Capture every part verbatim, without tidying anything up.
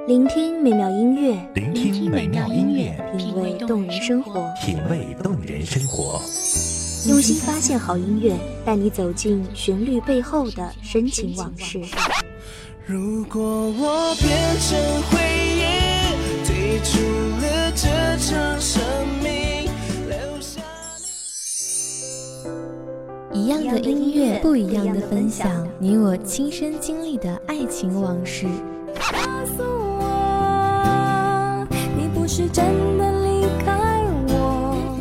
聆听美妙音乐， 聆听美妙音乐， 品味动人生活， 品味动人生活。 用心发现好音乐，带你走进旋律背后的深情往事。 如果我变成回忆，退出了这场生命，留下一样的音乐，不一样的分享，你我亲身经历的爱情往事。 告诉我，你不是真的离开我。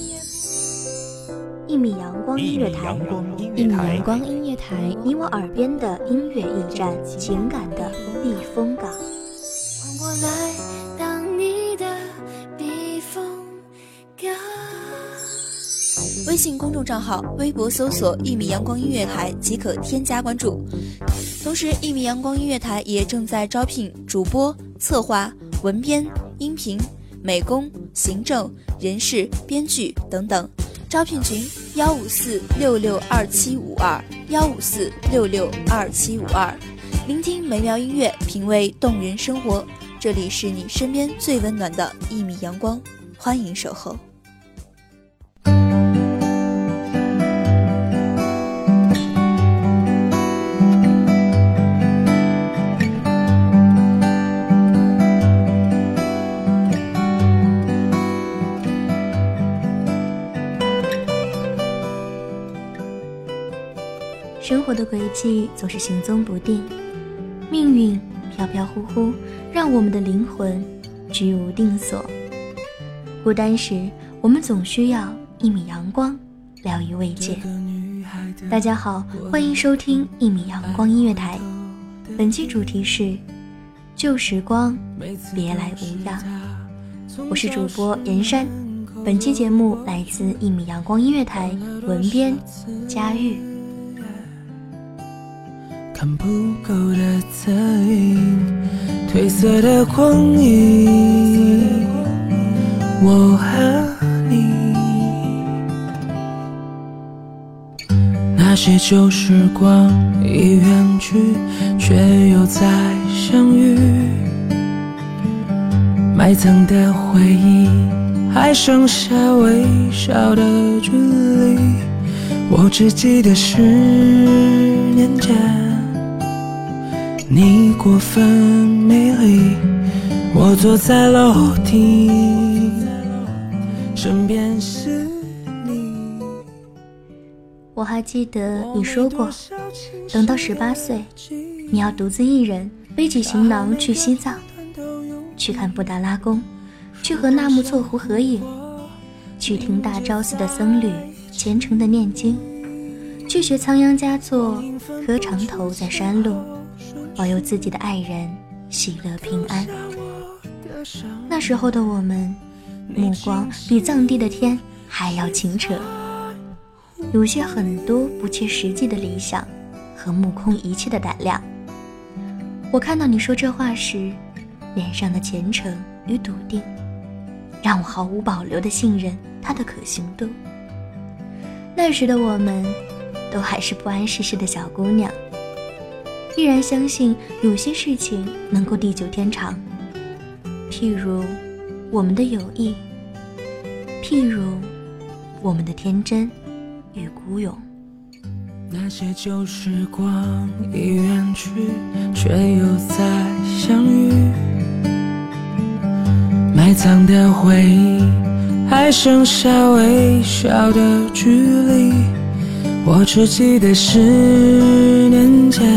一米阳光音乐台， 一米阳光音乐台， 你我耳边的音乐驿站，情感的避风港。 换我来当你的避风港。 微信公众账号、微博搜索“一米阳光音乐台”即可添加关注。同时，一米阳光音乐台也正在招聘主播、策划、文编、音频、美工、行政、人事、编剧等等。招聘群：幺五四六六二七五二幺五四六六二七五二。聆听美妙音乐，品味动人生活。这里是你身边最温暖的一米阳光，欢迎守候。 生活的轨迹总是行踪不定，命运飘飘忽忽，让我们的灵魂居无定所。孤单时，我们总需要一米阳光，疗愈慰藉。大家好，欢迎收听一米阳光音乐台。本期主题是旧时光，别来无恙。我是主播严山。本期节目来自一米阳光音乐台，文编佳玉。 看不够的侧影，褪色的光影，我和你。那些旧时光已远去，却又再相遇。埋藏的回忆，还剩下微小的距离。我只记得十年前你过分美丽，我坐在楼梯，身边是你。 我还记得你说过，等到十八岁，你要独自一人背起行囊去西藏，去看布达拉宫，去和纳木错湖合影，去听大昭寺的僧侣虔诚的念经，去学仓央嘉措磕长头在山路，保佑自己的爱人喜乐平安。那时候的我们，目光比藏地的天还要清澈，有些很多不切实际的理想和目空一切的胆量。我看到你说这话时，脸上的虔诚与笃定，让我毫无保留地信任它的可行度。那时的我们都还是不谙世事的小姑娘，依然相信有些事情能够地久天长，譬如我们的友谊，譬如我们的天真与孤勇。 那些旧时光已远去，却又再相遇。埋藏的回忆，还剩下微小的距离。我只记得十年前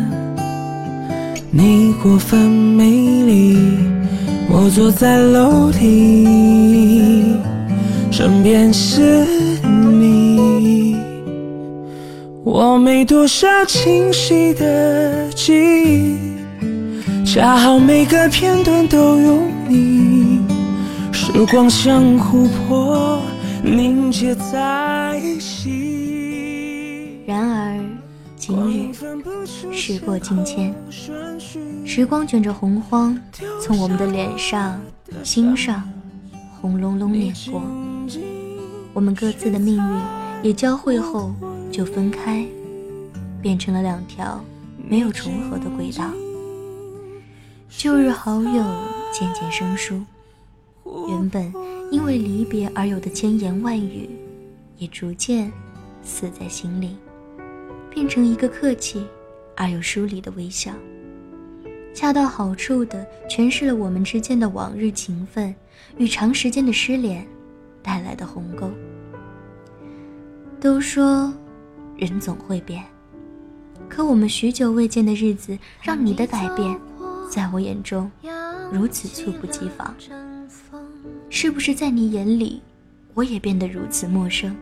你过分美丽，我坐在楼梯，身边是你。我没多少清晰的记忆，恰好每个片段都有你。时光像琥珀凝结在一起。 然而今日时过境迁，时光卷着洪荒，从我们的脸上心上轰隆隆碾过。我们各自的命运也交汇后就分开，变成了两条没有重合的轨道。 旧日好友渐渐生疏，原本因为离别而有的千言万语也逐渐死在心里，变成一个客气而又疏离的微笑，恰到好处地诠释了我们之间的往日情分与长时间的失联带来的鸿沟。都说人总会变，可我们许久未见的日子，让你的改变在我眼中如此猝不及防。是不是在你眼里我也变得如此陌生？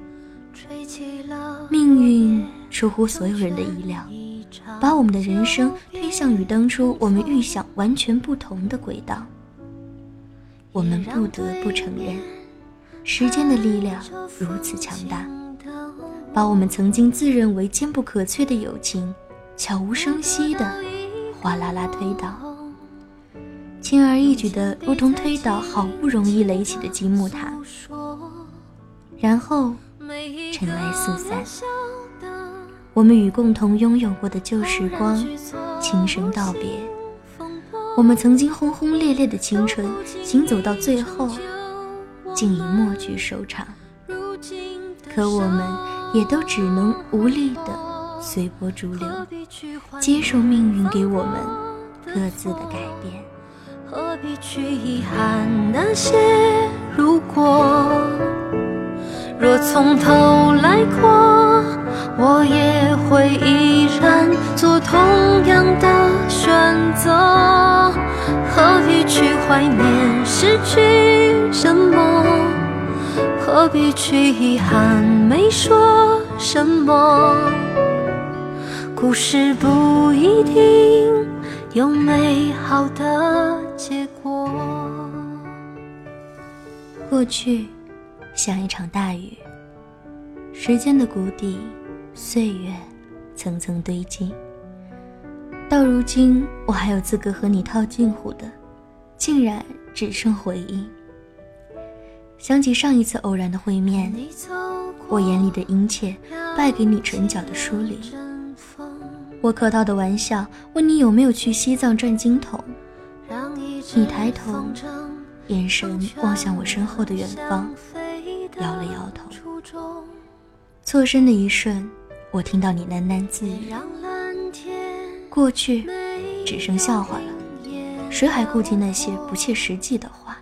命运出乎所有人的意料，把我们的人生推向与当初我们预想完全不同的轨道。我们不得不承认，时间的力量如此强大，把我们曾经自认为坚不可摧的友情悄无声息地哗啦啦推倒，轻而易举地如同推倒好不容易垒起的积木塔，然后尘埃四散。我们与共同拥有过的旧时光轻声道别，我们曾经轰轰烈烈的青春行走到最后竟以默剧收场，可我们也都只能无力地随波逐流，接受命运给我们各自的改变。 何必去遗憾那些如果，若从头来过，我也会依然做同样的选择。何必去怀念失去什么，何必去遗憾没说什么，故事不一定有美好的结果。 过去像一场大雨，时间的谷底，岁月层层堆积，到如今我还有资格和你套近乎的，竟然只剩回忆。想起上一次偶然的会面，我眼里的殷切败给你唇角的疏离。我客套的玩笑问你有没有去西藏转经筒，你抬头眼神望向我身后的远方，摇了摇头。错身的一瞬，我听到你喃喃自语，过去只剩笑话了，谁还顾及那些不切实际的话。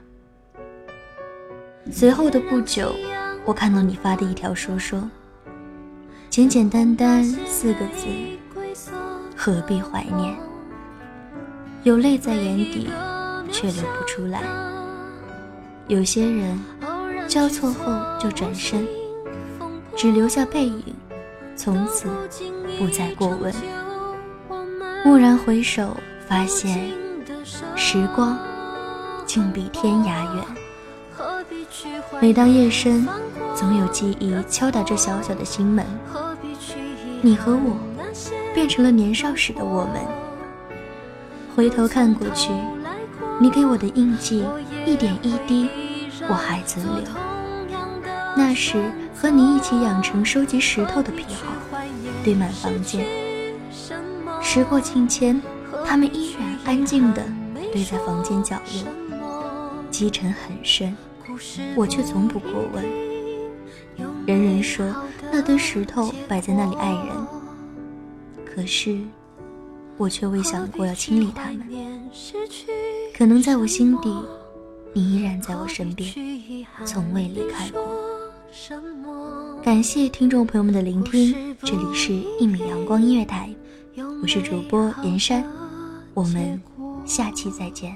随后的不久，我看到你发的一条说说，简简单单四个字，何必怀念。有泪在眼底，却流不出来。有些人交错后就转身，只留下背影，从此不再过问。蓦然回首，发现时光竟比天涯远。每当夜深，总有记忆敲打着小小的心门，你和我变成了年少时的我们。回头看过去，你给我的印记一点一滴我还存留。那时和你一起养成收集石头的癖好，堆满房间。时过境迁，它们依然安静地堆在房间角落，积尘很深，我却从不过问。人人说那堆石头摆在那里碍人，可是我却未想过要清理它们。可能在我心底，你依然在我身边，从未离开过。感谢听众朋友们的聆听，这里是一米阳光音乐台，我是主播严珊，我们下期再见。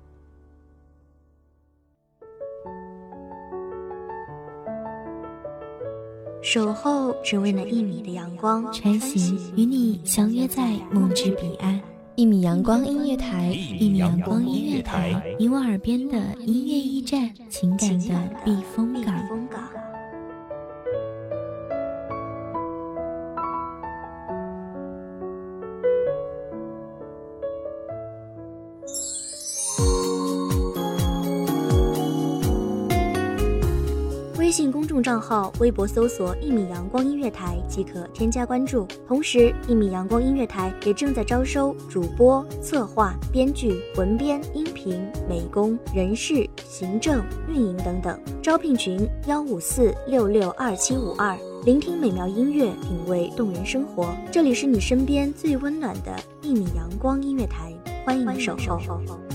守候只为那一米的阳光， 穿行与你相约在梦之彼岸。一米阳光音乐台，一米阳光音乐台，你我耳边的音乐驿站，情感的避风港。 微微信公众账号、微博搜索一米阳光音乐台即可添加关注。同时，一米阳光音乐台也正在招收主播、策划、编剧、文编、音频、美工、人事、行政、运营等等。招聘群幺五四六六二七五二。聆听美妙音乐，品味动人生活。这里是你身边最温暖的一米阳光音乐台，欢迎你守候。